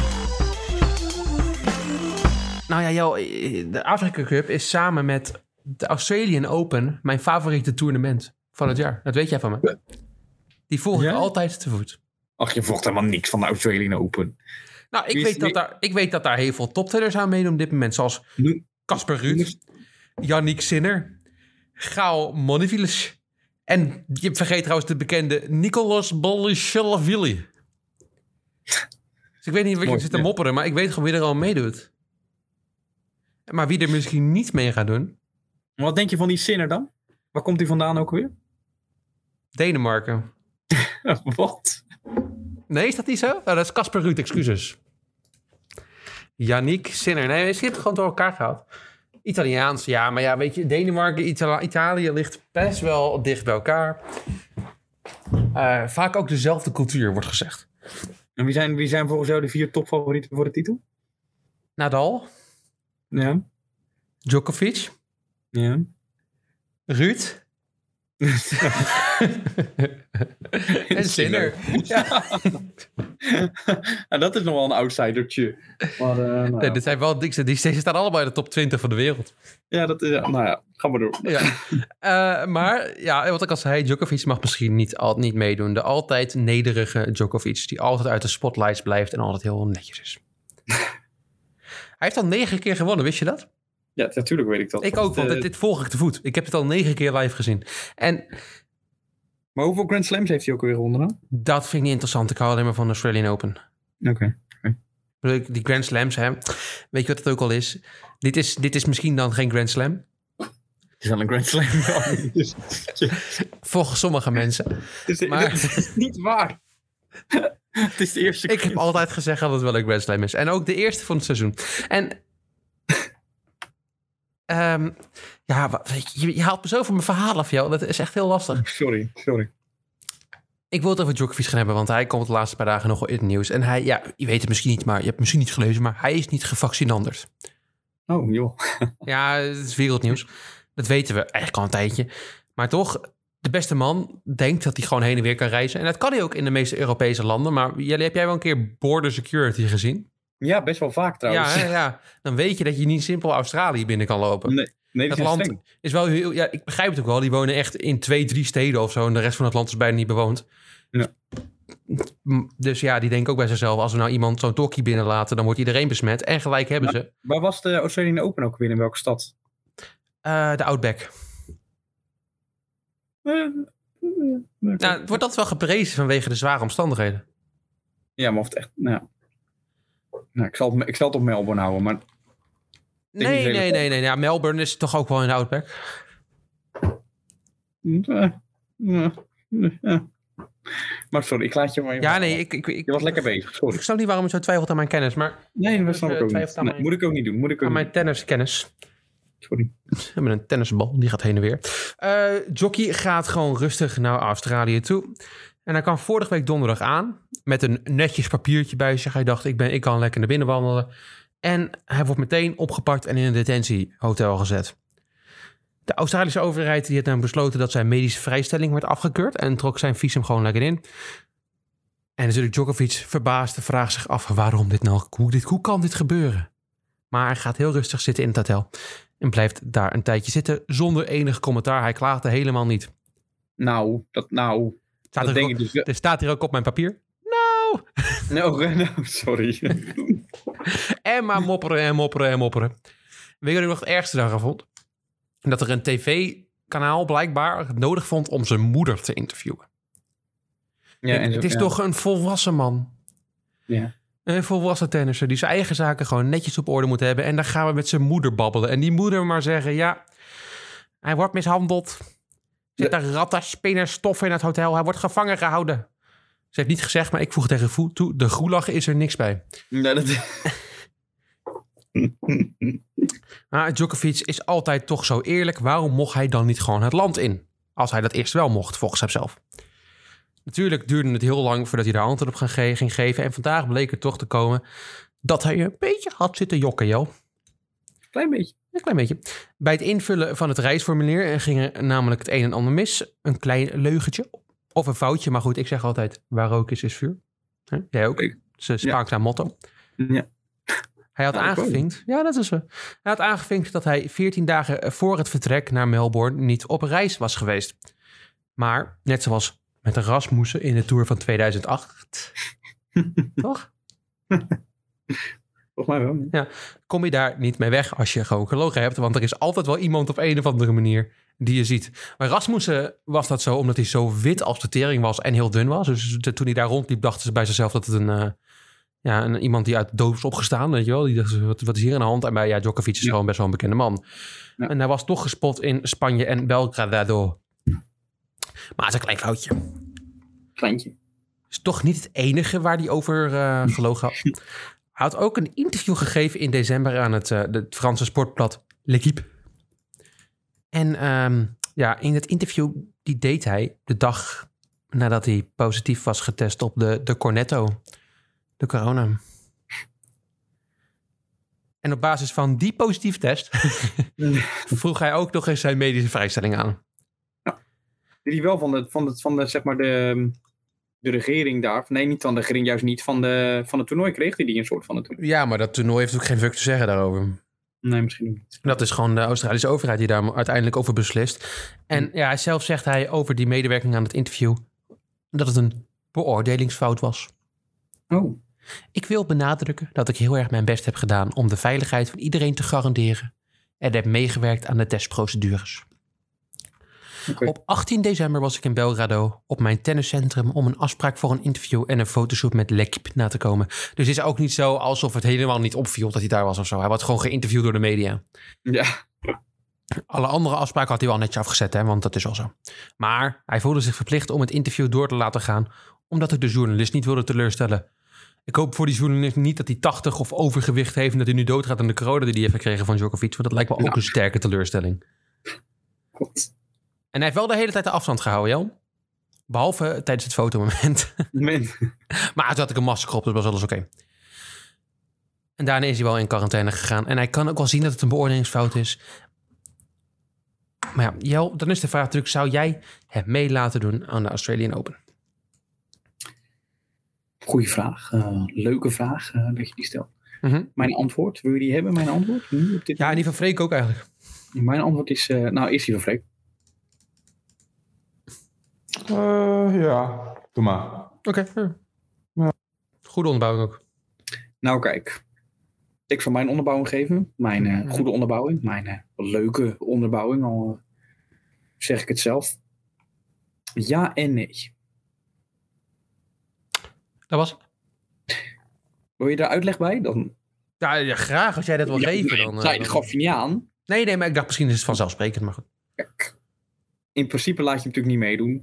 Nou ja, joh, de Afrika Cup is samen met de Australian Open mijn favoriete toernooi van het jaar. Dat weet jij van me. Die volg ik Ja? altijd te voet. Ach, je volgt helemaal niks van de Australian Open. Nou, ik Wie is- weet, dat wie- daar, ik weet dat daar heel veel toptenners aan meedoen op dit moment. Zoals Nu, Casper Ruud, Yannick Sinner, Gao Monfils. En je vergeet trouwens de bekende Nicolas Basilashvili. Dus ik weet niet wat je Mooi, zit te ja. mopperen, maar ik weet gewoon wie er al meedoet. Maar wie er misschien niet mee gaat doen, wat denk je van die Sinner dan? Waar komt hij vandaan ook weer? Denemarken. Wat? Nee, is dat niet zo? Oh, dat is Casper Ruud, excuses. Yannick Sinner. Nee, ze hebben het gewoon door elkaar gehaald. Italiaans, ja, maar ja, weet je, Denemarken, Itali- Italië ligt best wel dicht bij elkaar. Uh, vaak ook dezelfde cultuur, wordt gezegd. En wie zijn, wie zijn volgens jou de vier topfavorieten voor de titel? Nadal, Ja. Djokovic, Ja. Ruud en Sinner. Ja. En dat is nog wel een outsidertje. Maar, uh, nou, Nee, dit zijn wel dikste. Die die staan allebei in de top twintig van de wereld. ja, dat is, ja, nou ja, ga maar door. Ja. Uh, maar ja, wat ik al zei, Djokovic mag misschien niet, al, niet meedoen. De altijd nederige Djokovic, die altijd uit de spotlights blijft en altijd heel netjes is. Hij heeft al negen keer gewonnen, wist je dat? Ja, natuurlijk weet ik dat. Ik ook, want Uh, dit, dit volg ik te voet. Ik heb het al negen keer live gezien. En Maar hoeveel Grand Slams heeft hij ook weer gewonnen dan? dat vind ik niet interessant. Ik hou alleen maar van de Australian Open. Oké. Okay. Die Grand Slams, hè. Weet je wat het ook al is? Dit is, dit is misschien dan geen Grand Slam. Het is wel een Grand Slam. Dus, Volgens sommige mensen. het, is, Maar- het is niet waar. Het is de eerste Ik heb altijd gezegd dat het wel een Grand Slam is. En ook de eerste van het seizoen. En um, ja, wa- weet je, je haalt me zo van mijn verhaal af, joh. Dat is echt heel lastig. Sorry, sorry. Ik wil het over Djokovic gaan hebben, want hij komt de laatste paar dagen nog wel in het nieuws. En hij, ja, je weet het misschien niet, maar je hebt het misschien niet gelezen, maar hij is niet gevaccinanderd. Oh, joh. Ja, het is wereldnieuws. Dat weten we eigenlijk al een tijdje. Maar toch, de beste man denkt dat hij gewoon heen en weer kan reizen. En dat kan hij ook in de meeste Europese landen. Maar Jelle, heb jij wel een keer border security gezien? Ja, best wel vaak trouwens. Ja, hè, ja, dan weet je dat je niet simpel Australië binnen kan lopen. Nee, nee Dat dat is land streng. is wel heel... Ja, ik begrijp het ook wel. Die wonen echt in twee, drie steden of zo. En de rest van het land is bijna niet bewoond. Ja. M- Dus ja, die denken ook bij zichzelf... als we nou iemand zo'n tokkie binnenlaten... dan wordt iedereen besmet. En gelijk hebben ze. Waar was de Australian Open ook weer? In welke stad? Uh, de Outback. Uh, Nou, het wordt altijd wel geprezen vanwege de zware omstandigheden. Ja, maar of het echt... Nou, ja. nou, ik, zal het, ik zal het op Melbourne houden, maar... Nee, niet nee, hele- nee, nee, nee. Ja, Melbourne is toch ook wel in de Outback? Uh, uh, uh. Maar sorry, ik laat je maar... Ja, nee, ik, ik, ik, Je was lekker bezig, sorry. ik snap niet waarom je zo twijfelt aan mijn kennis, maar Nee, dat snap ik Eh, ook twijfelt niet. aan Nee, mijn- moet ik ook niet doen. Moet ik ook aan niet mijn tenniskennis. doen. Sorry. We hebben een tennisbal, die gaat heen en weer. Uh, Jockey gaat gewoon rustig naar Australië toe. En hij kwam vorige week donderdag aan met een netjes papiertje bij zich. Hij dacht, ik, ben, ik kan lekker naar binnen wandelen. En hij wordt meteen opgepakt en in een detentiehotel gezet. De Australische overheid die heeft dan besloten dat zijn medische vrijstelling werd afgekeurd en trok zijn visum gewoon lekker in. En natuurlijk Djokovic, verbaasd, vraagt zich af waarom dit nou, hoe, dit, hoe kan dit gebeuren? Maar hij gaat heel rustig zitten in het hotel en blijft daar een tijdje zitten zonder enig commentaar. Hij klaagde helemaal niet. Nou, dat nou... Staat dat er, denk ook, ik dus... er staat hier ook op mijn papier. Nou! Nou, nou, sorry. En maar mopperen en mopperen en mopperen. Weet je wat ik nog het ergste daarvan vond? Dat er een tv-kanaal blijkbaar het nodig vond om zijn moeder te interviewen. Ja, en zo, het is ja. toch een volwassen man. Ja. Een volwassen tennisser die zijn eigen zaken gewoon netjes op orde moet hebben. En dan gaan we met zijn moeder babbelen. En die moeder maar zeggen, ja, hij wordt mishandeld. Er zitten ratten, spinners, stoffen in het hotel. Hij wordt gevangen gehouden. Ze heeft niet gezegd, maar ik voeg tegen voet toe. De gulag is er niks bij. Ja, dat... Maar Djokovic is altijd toch zo eerlijk. Waarom mocht hij dan niet gewoon het land in? Als hij dat eerst wel mocht, volgens hemzelf. Natuurlijk duurde het heel lang voordat hij daar antwoord op ging ge- ging geven. En vandaag bleek er toch te komen dat hij een beetje had zitten jokken, joh. Klein beetje. Een klein beetje. Bij het invullen van het reisformulier ging er namelijk het een en ander mis. Een klein leugentje of een foutje. Maar goed, ik zeg altijd, waar rook is, is vuur. Hè? Jij ook? Ik- Dat is een Spaakzaam motto. Ja. Hij had Ja, dat aangevinkt, ja, dat is zo. Hij had aangevinkt dat hij veertien dagen voor het vertrek naar Melbourne niet op reis was geweest. Maar, net zoals met Rasmussen in de Tour van tweeduizend acht. Toch? Volgens mij wel. Ja, kom je daar niet mee weg als je gewoon gelogen hebt. Want er is altijd wel iemand op een of andere manier die je ziet. Bij Rasmussen was dat zo omdat hij zo wit als de tering was en heel dun was. Dus de, toen hij daar rondliep dachten ze bij zichzelf dat het een... Uh, ja, een, iemand die uit de dood is opgestaan, weet je wel. Die dacht, wat, wat is hier aan de hand? En bij ja, Djokovic is ja. gewoon best wel een bekende man. Ja. En hij was toch gespot in Spanje en Belgrado. Maar het is een klein foutje. Kleintje. Is toch niet het enige waar hij over uh, gelogen had. Hij had ook een interview gegeven in december aan het, uh, het Franse sportblad L'Équipe. En um, ja, in het interview die deed hij de dag nadat hij positief was getest op de, de Cornetto, de corona. En op basis van die positieve test vroeg hij ook nog eens zijn medische vrijstelling aan. Ja. Die wel van de, van de, van de zeg maar de... de regering daar, nee, niet van de regering, juist niet van de van het toernooi kreeg hij die een soort van het toernooi. Ja, maar dat toernooi heeft ook geen fuck te zeggen daarover. Nee, misschien niet. Dat is gewoon de Australische overheid die daar uiteindelijk over beslist. En hm. ja, zelf zegt hij over die medewerking aan het interview dat het een beoordelingsfout was. Oh. Ik wil benadrukken dat ik heel erg mijn best heb gedaan om de veiligheid van iedereen te garanderen en heb meegewerkt aan de testprocedures. Okay. Op achttien december was ik in Belgrado op mijn tenniscentrum om een afspraak voor een interview en een fotoshoot met L'Équipe na te komen. Dus het is ook niet zo alsof het helemaal niet opviel dat hij daar was of zo. Hij werd gewoon geïnterviewd door de media. Ja. Alle andere afspraken had hij wel netjes afgezet, hè, want dat is al zo. Maar hij voelde zich verplicht om het interview door te laten gaan, omdat ik de journalist niet wilde teleurstellen. Ik hoop voor die journalist niet dat hij tachtig of overgewicht heeft en dat hij nu doodgaat aan de corona die hij heeft gekregen van Djokovic. Want dat lijkt me ook ja. een sterke teleurstelling. God. En hij heeft wel de hele tijd de afstand gehouden, Jan. Behalve tijdens het fotomoment. Maar toen had ik een masker op, dus was alles oké. Okay. En daarna is hij wel in quarantaine gegaan. En hij kan ook wel zien dat het een beoordelingsfout is. Maar ja, Jel, dan is de vraag natuurlijk, zou jij hem mee laten doen aan de Australian Open? Goeie vraag. Uh, leuke vraag uh, dat je die stelt. Mm-hmm. Mijn antwoord, wil je die hebben, mijn antwoord? Nu, op dit ja, en die van Freek ook eigenlijk. Mijn antwoord is, uh, nou, eerst die van Freek. Uh, ja, doe maar. Oké. Okay, ja. ja. Goede onderbouwing ook. Nou kijk, ik zal mijn onderbouwing geven. Mijn uh, goede onderbouwing. Mijn uh, leuke onderbouwing. Al uh, zeg ik het zelf. Ja en nee. Dat was het. Wil je daar uitleg bij? Dan... Ja, ja, graag. Als jij dat wil ja, geven. Nee, dan, uh, dat gaf je niet aan. Nee, nee, maar ik dacht misschien is het vanzelfsprekend. Maar goed. Kijk, in principe laat je hem natuurlijk niet meedoen.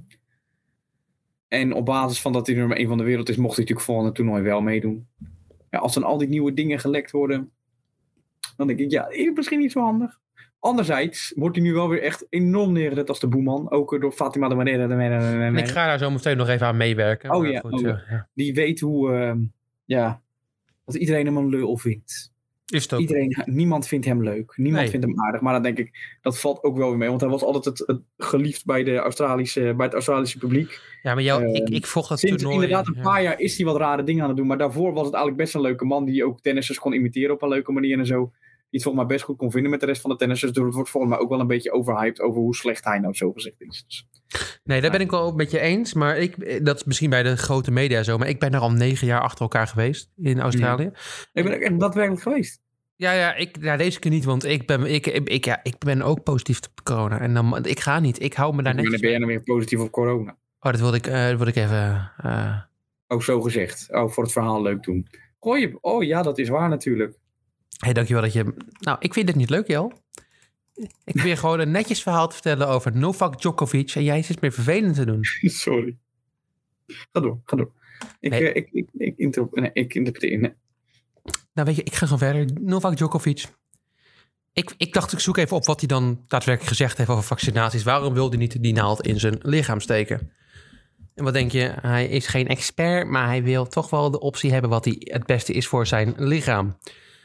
En op basis van dat hij nummer één van de wereld is, mocht hij natuurlijk volgende toernooi wel meedoen. Ja, als dan al die nieuwe dingen gelekt worden, dan denk ik, ja, is misschien niet zo handig. Anderzijds wordt hij nu wel weer echt enorm neergezet als de boeman. Ook door Fatima de Manera. Ik ga daar zo meteen nog even aan meewerken. Oh ja, goed, oh, ja. ja. Die weet hoe, uh, ja, dat iedereen hem een lul vindt. Is het ook. Iedereen, niemand vindt hem leuk. Niemand nee. vindt hem aardig. Maar dan denk ik, dat valt ook wel weer mee. Want hij was altijd het, het geliefd bij, de Australische, bij het Australische publiek. Ja, maar jou, uh, ik, ik volg dat sinds toernooi. Inderdaad, een paar ja. jaar is hij wat rare dingen aan het doen. Maar daarvoor was het eigenlijk best een leuke man. Die ook tennissers kon imiteren op een leuke manier en zo. Die het volgens mij best goed kon vinden met de rest van de tennissers. Dus het wordt volgens mij ook wel een beetje overhyped over hoe slecht hij nou zo gezegd is. Dus, nee, daar ben ik wel met je eens. Maar ik, dat is misschien bij de grote media zo. Maar ik ben er al negen jaar achter elkaar geweest in Australië. Ja. Ik ben ook echt daadwerkelijk geweest. Ja, ja, ik, ja, deze keer niet, want ik ben, ik, ik, ik, ja, ik ben ook positief op corona. En dan, ik ga niet, ik hou me daar netjes. Ben jij nou weer positief op corona? Oh, dat wilde ik, uh, dat wilde ik even... Uh... Oh, zo gezegd. Oh, voor het verhaal leuk doen. Gooi je... Oh ja, dat is waar natuurlijk. Hé, hey, dankjewel dat je... Nou, ik vind het niet leuk, Jel. Ik probeer gewoon een netjes verhaal te vertellen over Novak Djokovic. En jij zit meer vervelend te doen. Sorry. Ga door, ga door. Ik, nee. uh, ik, ik, ik, interp- nee, ik interpreteer... Nee. Nou weet je, ik ga gewoon verder. Novak Djokovic. Ik, ik dacht, ik zoek even op wat hij dan daadwerkelijk gezegd heeft over vaccinaties. Waarom wilde hij niet die naald in zijn lichaam steken? En wat denk je? Hij is geen expert, maar hij wil toch wel de optie hebben wat hij het beste is voor zijn lichaam.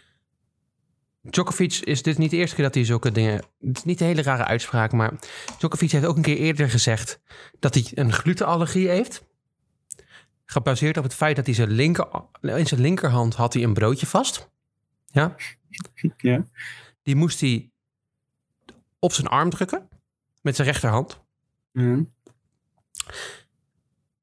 Djokovic is dit niet de eerste keer dat hij zulke dingen... Het is niet een hele rare uitspraak, maar Djokovic heeft ook een keer eerder gezegd dat hij een glutenallergie heeft. Gebaseerd op het feit dat hij zijn linker, in zijn linkerhand had hij een broodje vast. Ja. Ja. Die moest hij op zijn arm drukken met zijn rechterhand. Mm.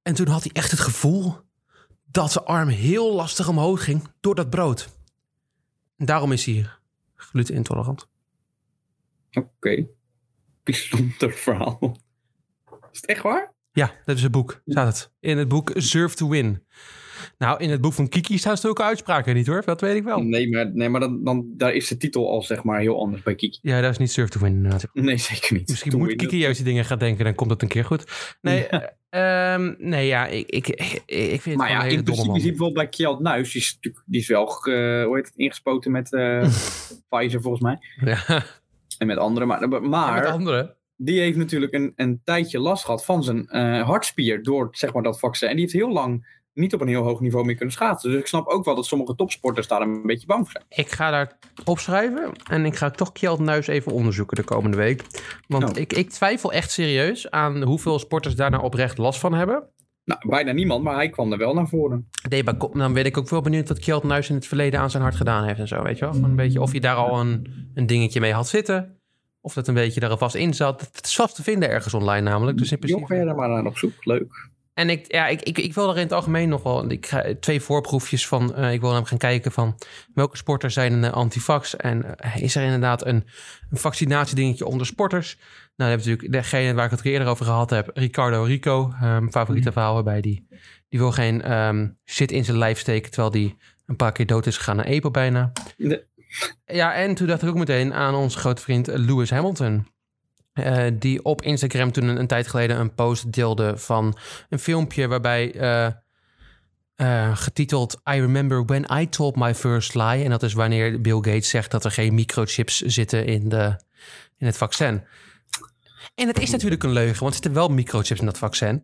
En toen had hij echt het gevoel dat zijn arm heel lastig omhoog ging door dat brood. En daarom is hij gluten-intolerant. Oké. Okay. Bijzonder verhaal. Is het echt waar? Ja, dat is het boek. Staat het. In het boek Serve to Win. Nou, in het boek van Kiki staan zulke uitspraken niet hoor. Dat weet ik wel. Nee, maar, nee, maar dan, dan, daar is de titel al zeg maar heel anders bij Kiki. Ja, dat is niet Serve to Win inderdaad. Nee, zeker niet. Misschien to moet Kiki juist die dingen gaan denken. Dan komt het een keer goed. Nee, ja, um, nee, ja ik, ik, ik, ik vind het maar ja, een hele domme man. Je ziet bijvoorbeeld bij Kjeld Nuis. Die is, die is wel uh, hoe heet het, ingespoten met uh, Pfizer volgens mij. Ja. En met anderen. Maar, maar en met anderen? Die heeft natuurlijk een, een tijdje last gehad van zijn uh, hartspier door zeg maar, dat vaccin. En die heeft heel lang niet op een heel hoog niveau meer kunnen schaatsen. Dus ik snap ook wel dat sommige topsporters daar een beetje bang voor zijn. Ik ga daar opschrijven en ik ga toch Kjeld Nuis even onderzoeken de komende week. Want oh. ik, ik twijfel echt serieus aan hoeveel sporters daar nou oprecht last van hebben. Nou, bijna niemand, maar hij kwam er wel naar voren. Nee, maar dan weet ik ook wel benieuwd wat Kjeld Nuis in het verleden aan zijn hart gedaan heeft en zo, weet je wel. Gewoon een beetje of je daar al een, een dingetje mee had zitten. Of dat een beetje er vast in zat. Het is vast te vinden ergens online namelijk. Dus in principe... Jo, ga je daar maar naar op zoek. Leuk. En ik, ja, ik, ik, ik wil er in het algemeen nog wel... Ik ga twee voorproefjes van... Uh, ik wil hem gaan kijken van... welke sporters zijn een uh, antivax? En uh, is er inderdaad een, een vaccinatiedingetje onder sporters? Nou, dan hebben we natuurlijk degene waar ik het eerder over gehad heb. Ricardo Rico. Uh, mijn favoriete mm. verhaal waarbij die... Die wil geen um, shit in zijn lijf steken... terwijl die een paar keer dood is gegaan naar EPO bijna. Nee. Ja, en toen dacht ik ook meteen aan onze grote vriend Lewis Hamilton. Uh, die op Instagram toen een, een tijd geleden een post deelde van een filmpje waarbij uh, uh, getiteld I remember when I told my first lie. En dat is wanneer Bill Gates zegt dat er geen microchips zitten in, de, in het vaccin. En het is natuurlijk een leugen, want er zitten wel microchips in dat vaccin.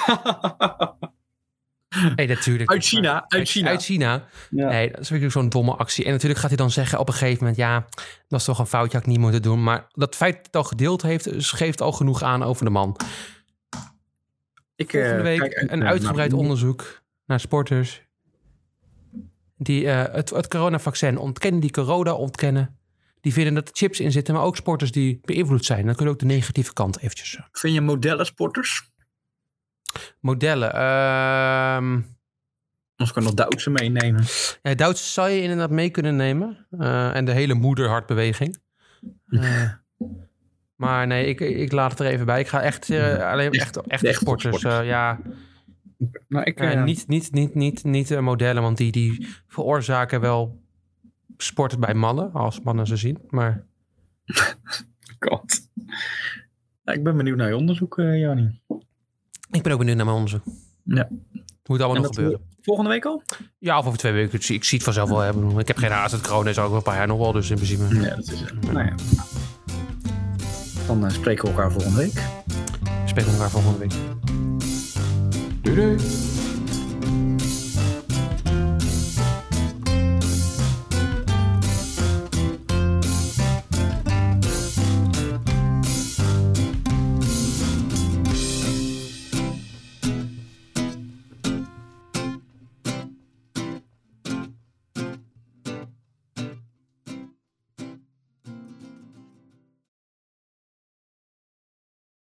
Nee, natuurlijk. Uit China. Uit, uit China. Uit China. Ja. Nee, dat is natuurlijk zo'n domme actie. En natuurlijk gaat hij dan zeggen op een gegeven moment... ja, dat is toch een foutje, had ik niet moeten doen. Maar dat feit dat het al gedeeld heeft... geeft al genoeg aan over de man. Ik Volgende week uh, kijk, een uh, uitgebreid naar... onderzoek... naar sporters... die uh, het, het coronavaccin ontkennen, die corona ontkennen... die vinden dat er chips in zitten... maar ook sporters die beïnvloed zijn. Dan kunnen ook de negatieve kant eventjes... Vind je modellen sporters? Modellen. Uh, Anders kan ik nog Duitse meenemen. Ja, Duitse zou je inderdaad mee kunnen nemen. Uh, en de hele moederhartbeweging. Uh, maar nee, ik, ik laat het er even bij. Ik ga echt uh, alleen echt, echt, echt sporters. Uh, ja. Nou, ik, uh, uh, niet niet, niet, niet, niet uh, modellen, want die, die veroorzaken wel sport bij mannen. Als mannen ze zien. Maar. God. Nou, ik ben benieuwd naar je onderzoek, uh, Jannie. Ik ben ook benieuwd naar mijn onderzoek. Ja. Moet allemaal nog gebeuren. Volgende week al? Ja, of over twee weken. Ik zie het vanzelf wel hebben. Ik heb geen haast. Het corona is ook wel een paar jaar nog wel. Dus in principe... Ja, dat is het. Ja. Nou ja. Dan uh, spreken we elkaar volgende week. We spreken elkaar volgende week. Doei doei.